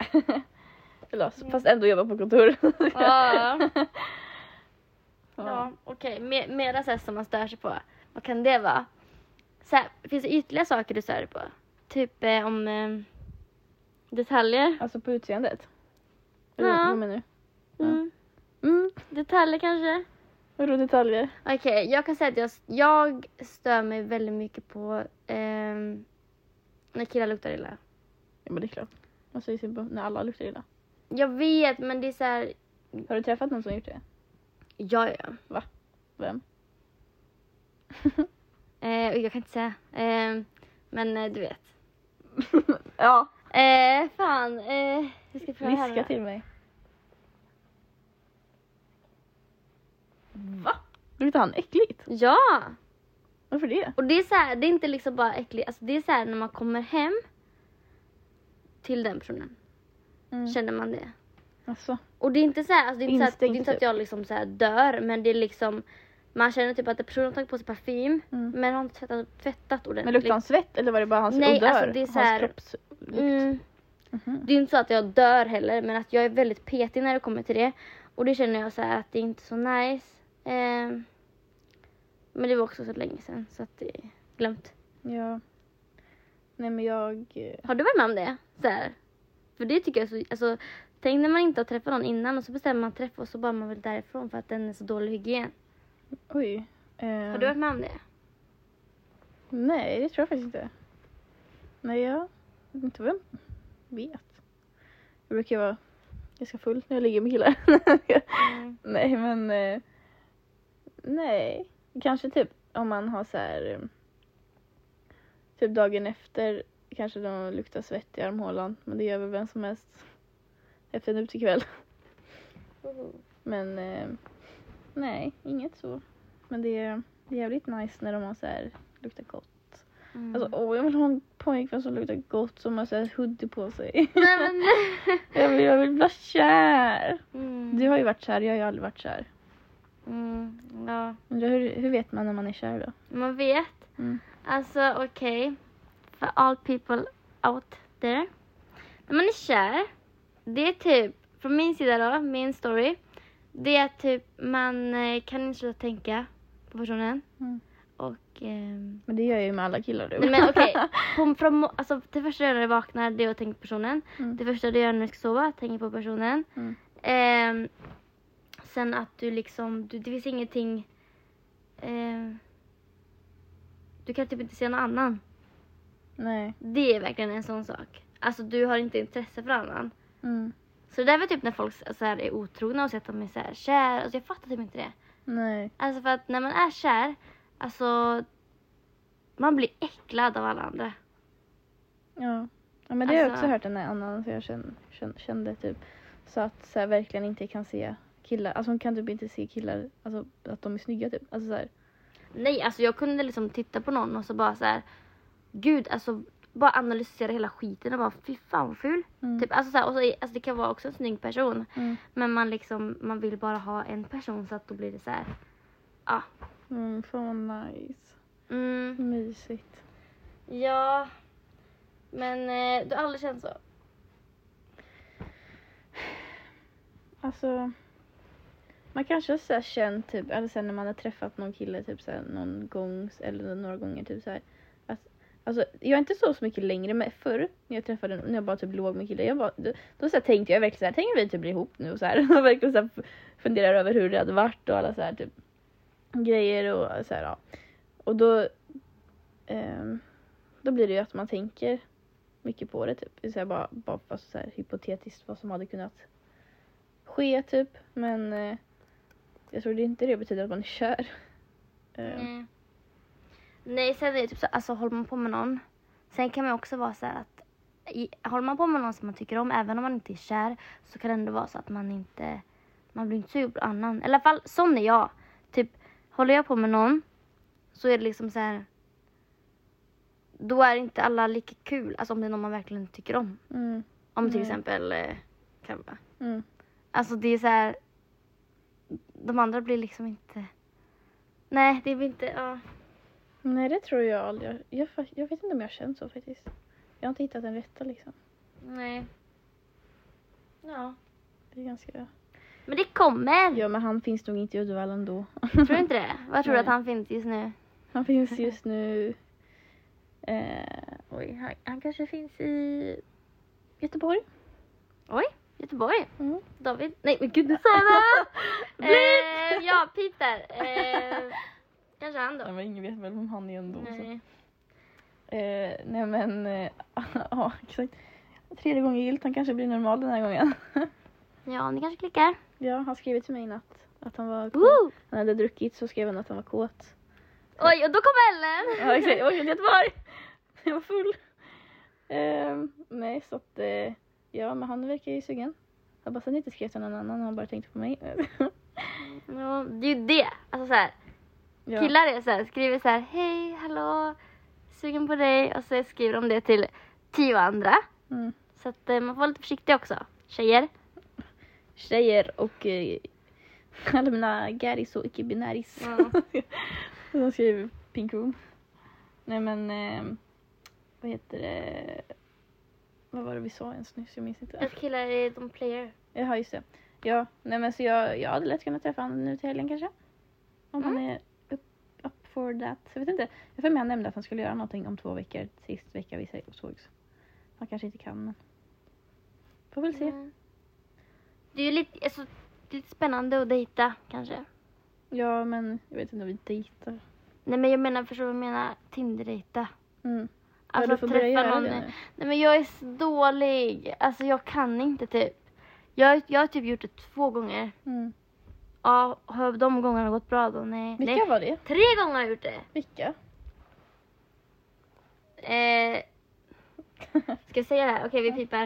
Eller, fast ändå jobbar på kontor. Ja. Ja, ja okej. Okay. Mer, mera så här som man stör sig på. Vad kan det vara? Så här, finns det ytterligare saker du stör dig på? Typ eh, om eh, detaljer. Alltså på utseendet? Ja. Vad menar du? Mm. Mm. Detaljer kanske? Vadå detaljer? Okej, okay, jag kan säga att jag, jag stör mig väldigt mycket på eh, när killar luktar illa. Ja, men det är klart. Man säger sig på när alla luktar illa. Jag vet, men det är så här. Har du träffat någon som gjort det? Ja, ja. Va? Vem? eh, jag kan inte säga. Eh, men eh, du vet. Ja. Eh, fan. Eh, jag ska pröva här. Viska till mig. Va? Luktar han äckligt? Ja! Varför det? Och det är så här, det är inte liksom bara äckligt. Alltså det är så här när man kommer hem till den personen. Mm. Känner man det. Alltså. Och det är inte så här, alltså det är inte, så, att, det är Instinkt, inte så att jag liksom så här dör. Men det är liksom, man känner typ att personen har tagit på sig parfym. Mm. Men har inte tvättat, tvättat ordentligt. Men luktar han svett eller var det bara hans Nej, odör? alltså det är så här- Hans kroppslukt? Mm. Mhm. Det är inte så att jag dör heller. Men att jag är väldigt petig när det kommer till det. Och det känner jag så här att det är inte så nice. Eh, men det var också så länge sedan. Så att det är glömt. Ja. Nej men jag... eh, Har du varit med om det? Så här. För det tycker jag är så... Alltså, tänk när man inte har träffat någon innan och så bestämmer man träff och så bara man vill därifrån för att den är så dålig hygien. Oj. Eh, Har du varit med om det? Nej, det tror jag faktiskt inte. Nej, jag vet inte vem vet. Jag brukar vara ganska full när jag ligger med killar. Mm. Nej, men... Eh, nej. Kanske typ om man har så här... eh, Typ dagen efter kanske de luktar svett i armhålan. Men det gör väl vem som helst efter en utekväll. Men eh, nej, inget så. Men det är, det är jävligt nice när de har så här luktar gott. Mm. Alltså, åh, jag vill ha en pojkvän som luktar gott som har så här hoodie på sig. Nej, men... jag, vill, jag vill vara kär. Mm. Du har ju varit kär, jag har ju aldrig varit kär. Mm. Ja, Undrar hur, hur vet man när man är kär då? man vet. Mm. Alltså okej. För all people out there. När man är kär. Det är typ, från min sida då, min story. Det är typ, man eh, kan inte sluta tänka på personen. Mm. Och... ehm, Men det gör jag ju med alla killar du. Nej men okej, på- från mo- alltså, det första jag gör när jag vaknar det är att tänka på personen. Mm. Det första jag gör när jag ska sova, tänka på personen. Mm. Ehm, sen att du liksom, du, det finns ingenting, ehm, du kan typ inte se någon annan. Nej. Det är verkligen en sån sak. Alltså du har inte intresse för annan. Mm. Så det är väl typ när folk så här, är otrogna och säger att de är så här, kär. Alltså jag fattar typ inte det. Nej. Alltså för att när man är kär, alltså man blir äcklad av alla andra. Ja. Ja, men det har jag Alltså- också hört en annan så jag kände, kände, kände typ så att så här, verkligen inte kan se killar, alltså hon kan typ inte se killar, alltså att de är snygga typ, alltså så här. Nej, alltså jag kunde liksom titta på någon och så bara så här, gud, alltså bara analysera hela skiten och bara fy fan vad ful. Mm. Typ, alltså, så här, och så, alltså det kan vara också en snygg person. Mm. Men man liksom, man vill bara ha en person så att då blir det så här. Ja. Mm, fan vad nice. Mm, Mysigt. ja. Men eh, du har aldrig känt så? Alltså man kanske har så här känt typ, eller sen när man har träffat någon kille typ så här, någon gång eller några gånger typ så här. Att, alltså jag är inte så, så mycket längre, men förr när jag träffade, när jag bara typ låg med killar, jag bara, då, då så här, tänkte jag verkligen så här, tänk om vi typ blir ihop nu och så här. Och verkligen så här, funderar över hur det hade varit och alla så här typ grejer och så här, ja. Och då ehm, då blir det ju att man tänker mycket på det typ. Så här, bara, bara fast så här, hypotetiskt vad som hade kunnat ske typ. Men eh, jag tror det inte det betyder att man är kär. Eh, Nej. Nej, sen är det typ så, alltså håller man på med någon. Sen kan man också vara så här att i, håller man på med någon som man tycker om, även om man inte är kär, så kan det ändå vara så att man inte, man blir inte sugen på annan. I alla fall, sån är jag. Typ, håller jag på med någon så är det liksom så här, då är inte alla lika kul. Alltså om det är någon man verkligen tycker om. Mm, Om till Nej. exempel eh, Kamba. mm. Alltså det är så här, de andra blir liksom inte, nej det blir inte, ja. Nej, det tror jag aldrig. Jag, jag, jag vet inte om jag har känt så faktiskt. Jag har inte hittat den rätta liksom. Nej. Ja. Det är ganska... Men det kommer. Ja, men han finns nog inte i Uddevalla ändå. Tror du inte det? Vad tror du Nej. att han finns just nu? Han finns just nu... Eh, Oj, han, han kanske finns i Göteborg. Oj, Göteborg. Mm. David. Nej, men gud, du sa det. eh, ja, pip där. Eh, kanske han då. Ja, men ingen vet väl vem han är ändå. Så. Nej. Eh, nej men, eh, ja exakt. Tredje gången gillt, han kanske blir normal den här gången. Ja, ni kanske klickar. Ja, han skrev till mig i natt att han var kåt. Woo! Han hade druckit, så skrev han att han var kåt. Oj, och då kom Ellen. Ja exakt, jag åkte till Göteborg. Jag var full. Eh, nej så att, eh, ja men han verkar ju sugen. Jag bara sen inte skrev till någon annan, han bara tänkte på mig. Ja, det är ju det. Alltså så här, Ja. Killar är så här, skriver så här, hej, hallå, sugen på dig. Och så skriver de det till tio andra. Mm. Så att eh, man får vara lite försiktig också. Tjejer. Tjejer och eh, alla mina garis och icke-binäris. Mm. De skriver Pink Room. Nej men, eh, vad heter det? Vad var det vi sa ens nyss? Jag minns inte. Att killar är de player. Jaha, just det. Ja, nej men så jag, jag hade lätt kunnat träffa honom nu till helgen kanske. Om Mm. han är up, up for that. Så jag vet inte. Jag för mig han nämnde att han skulle göra någonting om två veckor. Sist vecka vi sågs. Han kanske inte kan, men får väl se. Mm. Det är ju lite, alltså, det är lite spännande att dejta kanske. Ja, men jag vet inte om vi dejtar. Nej men jag menar, förstår du vad jag menar? Tinder-dejta. Mm. Alltså ja, du får börja träffa göra någon. det nu. Nej men jag är så dålig. Alltså jag kan inte typ. Jag, jag har typ gjort det två gånger. Mm. Ja, har de gångerna gått bra då? Nej. Vilka Nej. var det? Tre gånger har jag gjort det. Vilka? Eh, ska jag säga det här? Okej, vi pipar.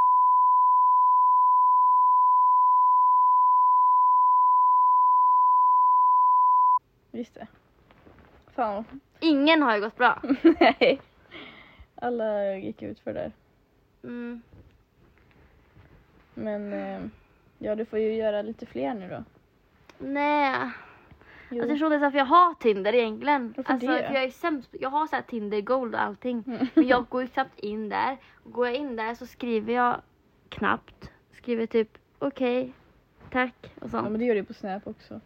Just det. Fan. Ingen har ju gått bra. Nej. Alla gick ut för det där. Mm. Men eh, ja, du får ju göra lite fler nu då. Nej. Jo. Alltså, jag förstår inte varför jag har Tinder egentligen. Varför Alltså, det? för jag är sämst. Jag har så här Tinder Gold och allting. Mm. Men jag går ju knappt in där. Går jag in där så skriver jag knappt. Skriver typ okej, tack och Ja, sånt. men det gör du på Snap också.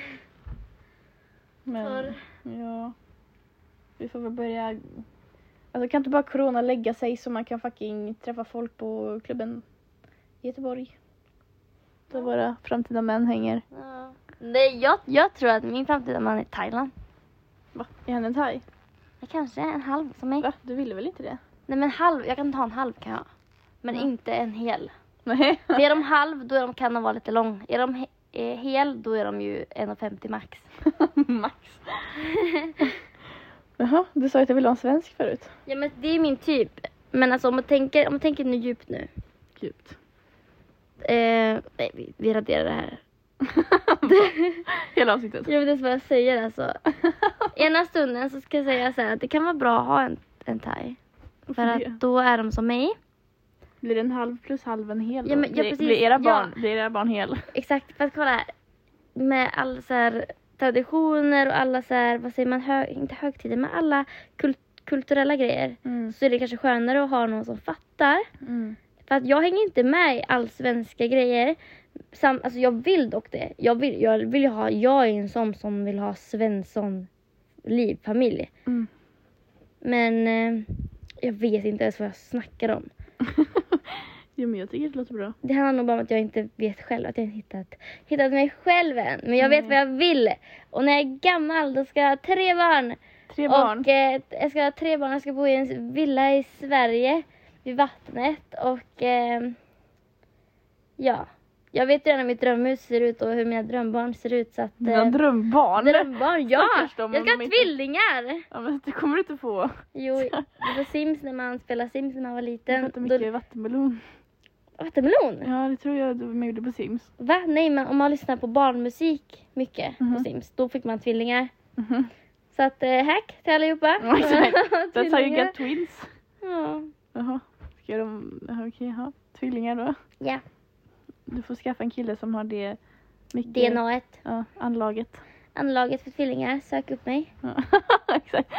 Men För- ja. Vi får väl börja. Alltså kan inte bara corona lägga sig så man kan fucking träffa folk på klubben i Göteborg. Där våra framtida män hänger. Ja. Nej, jag, jag tror att min framtida man är Thailand. Va? Är han en thai? Det kanske är en halv som mig. Va? Du ville väl inte det? Nej men halv, jag kan ta en halv kan jag. Men Ja. inte en hel. Nej. För är de halv då är de, kan de vara lite lång. Är de he, är hel då är de ju en komma femtio max. Max. Jaha, du sa att jag ville ha en svensk förut. Ja men det är min typ. Men alltså om man tänker, om man tänker nu djupt nu. Djupt. Eh, nej vi, vi raderar det här. Hela avsnittet. Jag vet inte vad jag säger alltså. Ena stunden så ska jag säga så här att det kan vara bra att ha en, en thai. För Varför det? att då är de som mig. Blir det en halv plus halv en hel då? Ja, men- ja, blir, precis. blir, era Ja. barn, blir era barn hel? Exakt, för att kolla här. Med alla så här traditioner och alla så här, vad säger man, hö, inte högtider, men alla kult, kulturella grejer. Mm. Så är det kanske skönare att ha någon som fattar. Mm. För att jag hänger inte med i allsvenska grejer. Sam, alltså jag vill dock det. Jag vill, jag vill ju ha, jag är en sån som vill ha Svensson liv, familj. Mm. Men eh, jag vet inte ens vad jag snackar om. Jo, men jag tycker det låter bra. Det handlar nog bara om att jag inte vet själv, att jag inte hittat, hittat mig själv än. Men jag vet Nej. vad jag vill. Och när jag är gammal då ska jag ha tre barn. Tre barn. Och eh, jag ska ha tre barn, jag ska bo i en villa i Sverige vid vattnet. Och eh, ja, jag vet redan hur mitt drömhus ser ut och hur mina drömbarn ser ut. Så att, Dina eh, drömbarn. drömbarn, ja! Stackars dem, Jag om ska ha de inte- tvillingar! Ja, men det kommer du inte få. Jo, det var Sims när man spelade Sims när man var Du liten. fattar mycket Då, vattenmelon. vattenmelon? Ja, det tror jag du gjorde på Sims. Va? Nej, men om man lyssnar på barnmusik mycket Mhm. på Sims, då fick man tvillingar. Mhm. Så att, eh, hack till allihopa. Ja, exakt. That's how you Tvillingar. get twins. Ja. Jaha. Ska de... Jaha, okej, ja. Tvillingar då. Ja, Du får skaffa en kille som har det mycket... D N A-et. Ja, anlaget. Anlaget för tvillingar, sök upp mig. Ja. Exakt.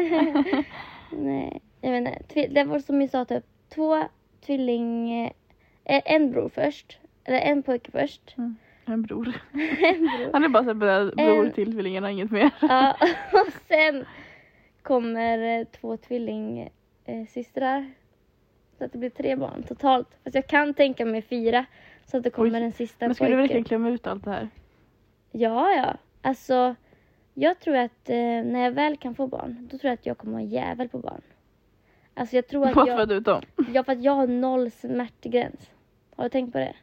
Nej, jag vet inte. Tvi- det var som jag sa, typ två tvilling... eh, En bror först. Eller en pojke först. En bror. En bror. Han är bara så här bror En- till tvillingarna, inget mer. Ja, och sen kommer eh, två tvillingsystrar. Så att det blir tre barn totalt. Fast jag kan tänka mig fyra. Så att det kommer Oj. en sista Men skulle du pojke. verkligen klämma ut allt det här? Ja, ja. Alltså, jag tror att eh, när jag väl kan få barn, då tror jag att jag kommer vara jävel på barn. Alltså jag tror att Vad jag... födde ut dem? Ja, för att jag har noll smärtgräns. Har du tänkt på det?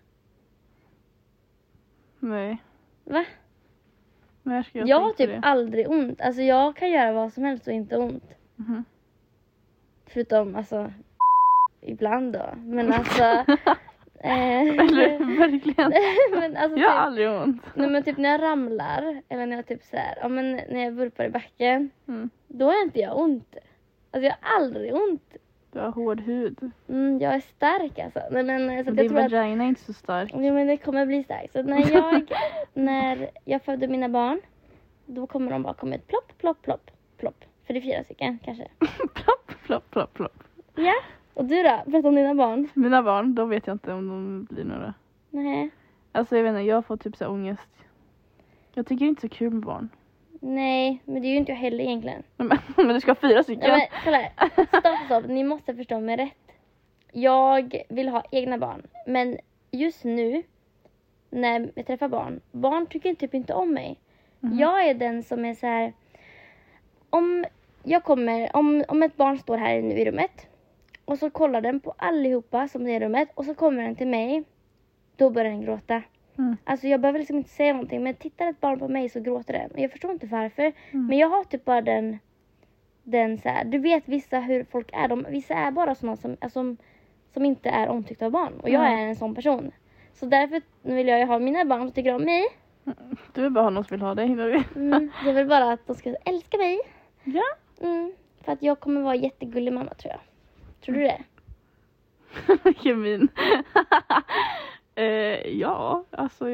Nej. Va? När ska jag Jag har tänka typ det? aldrig ont. Alltså jag kan göra vad som helst och inte ont. Mhm. Förutom alltså ibland då. Men alltså Eh, Eller verkligen. men alltså Jag har typ, aldrig ont. nej, men typ när jag ramlar, eller när jag typ så här, ja men när jag vurpar i backen, Mm. då har inte jag ont. Alltså jag har aldrig ont. Du har hård hud. Mm, jag är stark alltså. Nej, men, så att jag Din tror att, vagina är inte så stark. ja, men det kommer bli starkt. Så när jag, när jag födde mina barn, då kommer de bara komma ut plopp, plopp, plopp, plopp. För det är fyra stycken kanske. Plopp, plopp, plopp, plopp. Ja, och du då? Berätta om dina barn. Mina barn, då vet jag inte om de blir några. Nej. Alltså jag vet inte, jag har fått typ så här ångest. Jag tycker inte så kul med barn. Nej, men det är ju inte jag heller egentligen. Men, men du ska ha fyra stycken. Ja, men kolla här. Stopp, stopp. Ni måste förstå mig rätt. Jag vill ha egna barn. Men just nu, när jag träffar barn, barn tycker typ inte om mig. Mhm. Jag är den som är så här. Om jag kommer, om, om ett barn står här nu i rummet. Och så kollar den på allihopa som är i rummet. Och så kommer den till mig. Då börjar den gråta. Mm. Alltså jag behöver liksom inte säga någonting. Men tittar ett barn på mig så gråter den. Och jag förstår inte varför. Mm. Men jag har typ bara den. Den så här, du vet vissa hur folk är. De, vissa är bara såna som, alltså, som inte är omtyckta av barn. Och jag Mm. är en sån person. Så därför vill jag ju ha mina barn som tycker om mig. Du vill bara ha någon som vill ha dig. Mm, jag vill bara att de ska älska mig. Ja. Mm, för att jag kommer vara jättegullig mamma tror jag. Tror du det? Vilken min. eh, ja, alltså.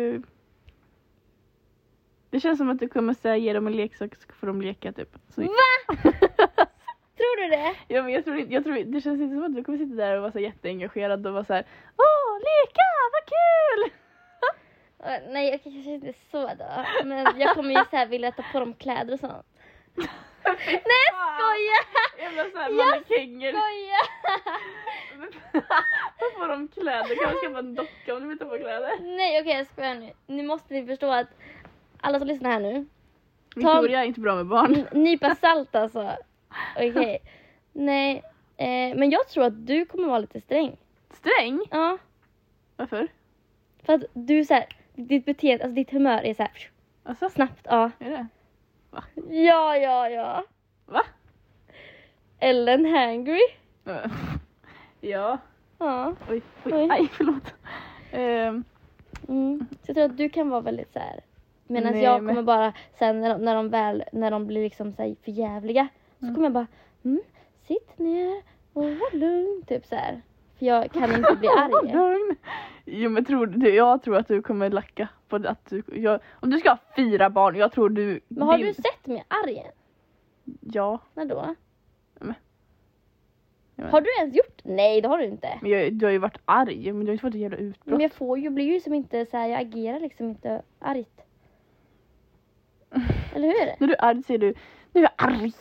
Det känns som att du kommer säga ge dem en leksak så får de leka typ. Så, Va? Tror du det? ja, men jag tror inte, jag tror, det känns inte som att du kommer sitta där och vara så jätteengagerad och vara så här: åh, leka, vad kul! Uh, nej, jag kanske inte så då. Men jag kommer ju så här vilja ta på dem kläder och sånt. Nej, jag skojar! Jävla såhär Jag mannekänger. Skojar! Då får de kläder. Kan man skaffa en docka om du vill ta på kläder? Nej, okej, jag skojar nu. Nu måste ni förstå att alla som lyssnar här nu, Victoria är inte bra med barn. n- nypa salt alltså. Okej. Nej, eh, men jag tror att du kommer vara lite sträng. Sträng? Ja, Varför? för att du så här, ditt beteende, alltså ditt humör är så här Alltså, snabbt, ja. är det? Ja, ja, ja. Va? Ellen hangry. Ja. Ja. Oj, oj, Oj. aj, förlåt. Ehm, Mm. Så jag tror att du kan vara väldigt så här. Medan Nej, jag men- kommer bara sen när de, när de väl när de blir liksom så här förjävliga, så Mm. kommer jag bara mm, sitt ner och var lugn typ så här. För jag kan inte bli arg. lugn. Jo, men tror du, jag tror att du kommer lacka på att du, jag, om du ska ha fyra barn, jag tror du... Men har din- du sett mig arg? Ja, När då? men- Ja, men- Har du ens gjort? Nej, det har du inte. men jag, du har ju varit arg, men du har inte fått ett jävla utbrott. Men jag får ju, blir ju som inte så här, jag agerar liksom inte argt. Eller hur? När du är arg säger du, nu är jag arg.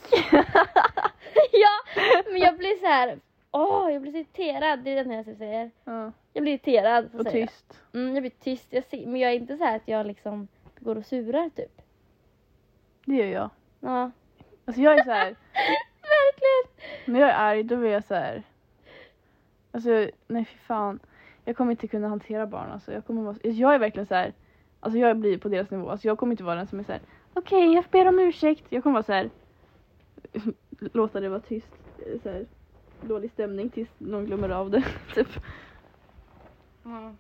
Ja, men jag blir så här. Åh, jag blir så irriterad. Det är det jag säger. Ja, Jag blir irriterad. och säga. tyst. Mm, jag blir tyst. Jag ser, men jag är inte så här att jag liksom går och surar typ. Det gör jag. Ja. Alltså jag är så här, Verkligen. när jag är arg då är jag så här. Alltså nej fy fan. Jag kommer inte kunna hantera barn alltså. Jag kommer vara, jag är verkligen så här. Alltså jag blir på deras nivå. Alltså jag kommer inte vara den som är så här. Okej, okay, jag ber om ursäkt. Jag kommer vara så här. Låta det vara tyst. Så här, dålig stämning tills någon glömmer av det typ. Mm.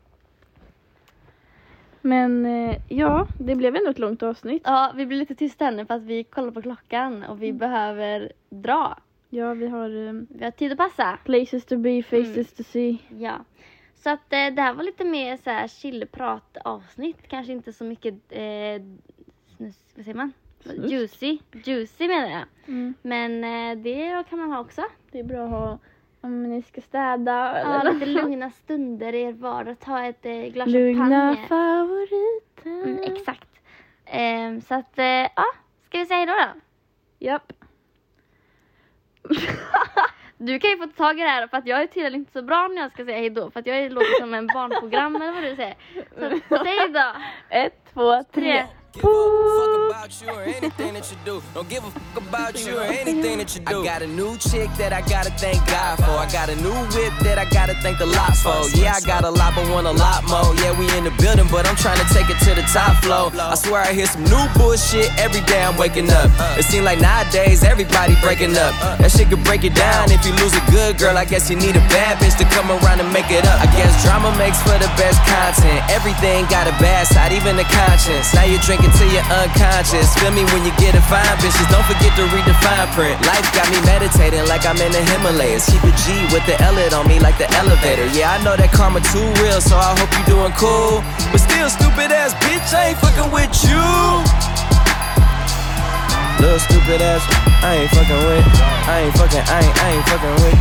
Men eh, ja, det blev ändå ett långt avsnitt. Ja, vi blir lite tysta här nu för att vi kollar på klockan och vi behöver dra. Ja, vi har um, Vi har tid att passa. places to be, faces Mm. to see. Ja. Så att eh, det här var lite mer så här chillprat avsnitt. Kanske inte så mycket eh, snus, vad säger man? Snus. Juicy. Juicy menar jag. Mm. Men eh, det kan man ha också. Det är bra att ha om ni ska städa. Ja, eller lite lugna stunder i er vardag. Ta ett eh, glas Lugna champagne. favoriter. Mm, exakt. Eh, så att, eh, ja. Ska vi säga då då? Japp. Du kan ju få ta tag i det här för att jag är tydligen inte så bra när jag ska säga hej då. För att jag låter som en barnprogram eller vad du säger. Så säg då. Ett, två, tre. Tre. Give a fuck about you or anything that you do. Don't give a fuck about you or anything that you do. I got a new chick that I gotta thank God for. I got a new whip that I gotta thank the lot for. Yeah, I got a lot but want a lot more. Yeah, we in the building but I'm trying to take it to the top floor. I swear I hear some new bullshit every day I'm waking up. It seems like nowadays everybody breaking up. That shit could break it down. If you lose a good girl, I guess you need a bad bitch to come around and make it up. I guess drama makes for the best content. Everything got a bad side, even the conscience. Now you're drinking till you're unconscious. Feel me when you get a fine bitches. Don't forget to read the fine print. Life got me meditating like I'm in the Himalayas. Keep a G with the L it on me like the elevator. Yeah, I know that karma too real, so I hope you doing cool. But still, stupid ass bitch, I ain't fucking with you. Little stupid ass, I ain't fucking with. I ain't fucking, I ain't, I ain't fucking with.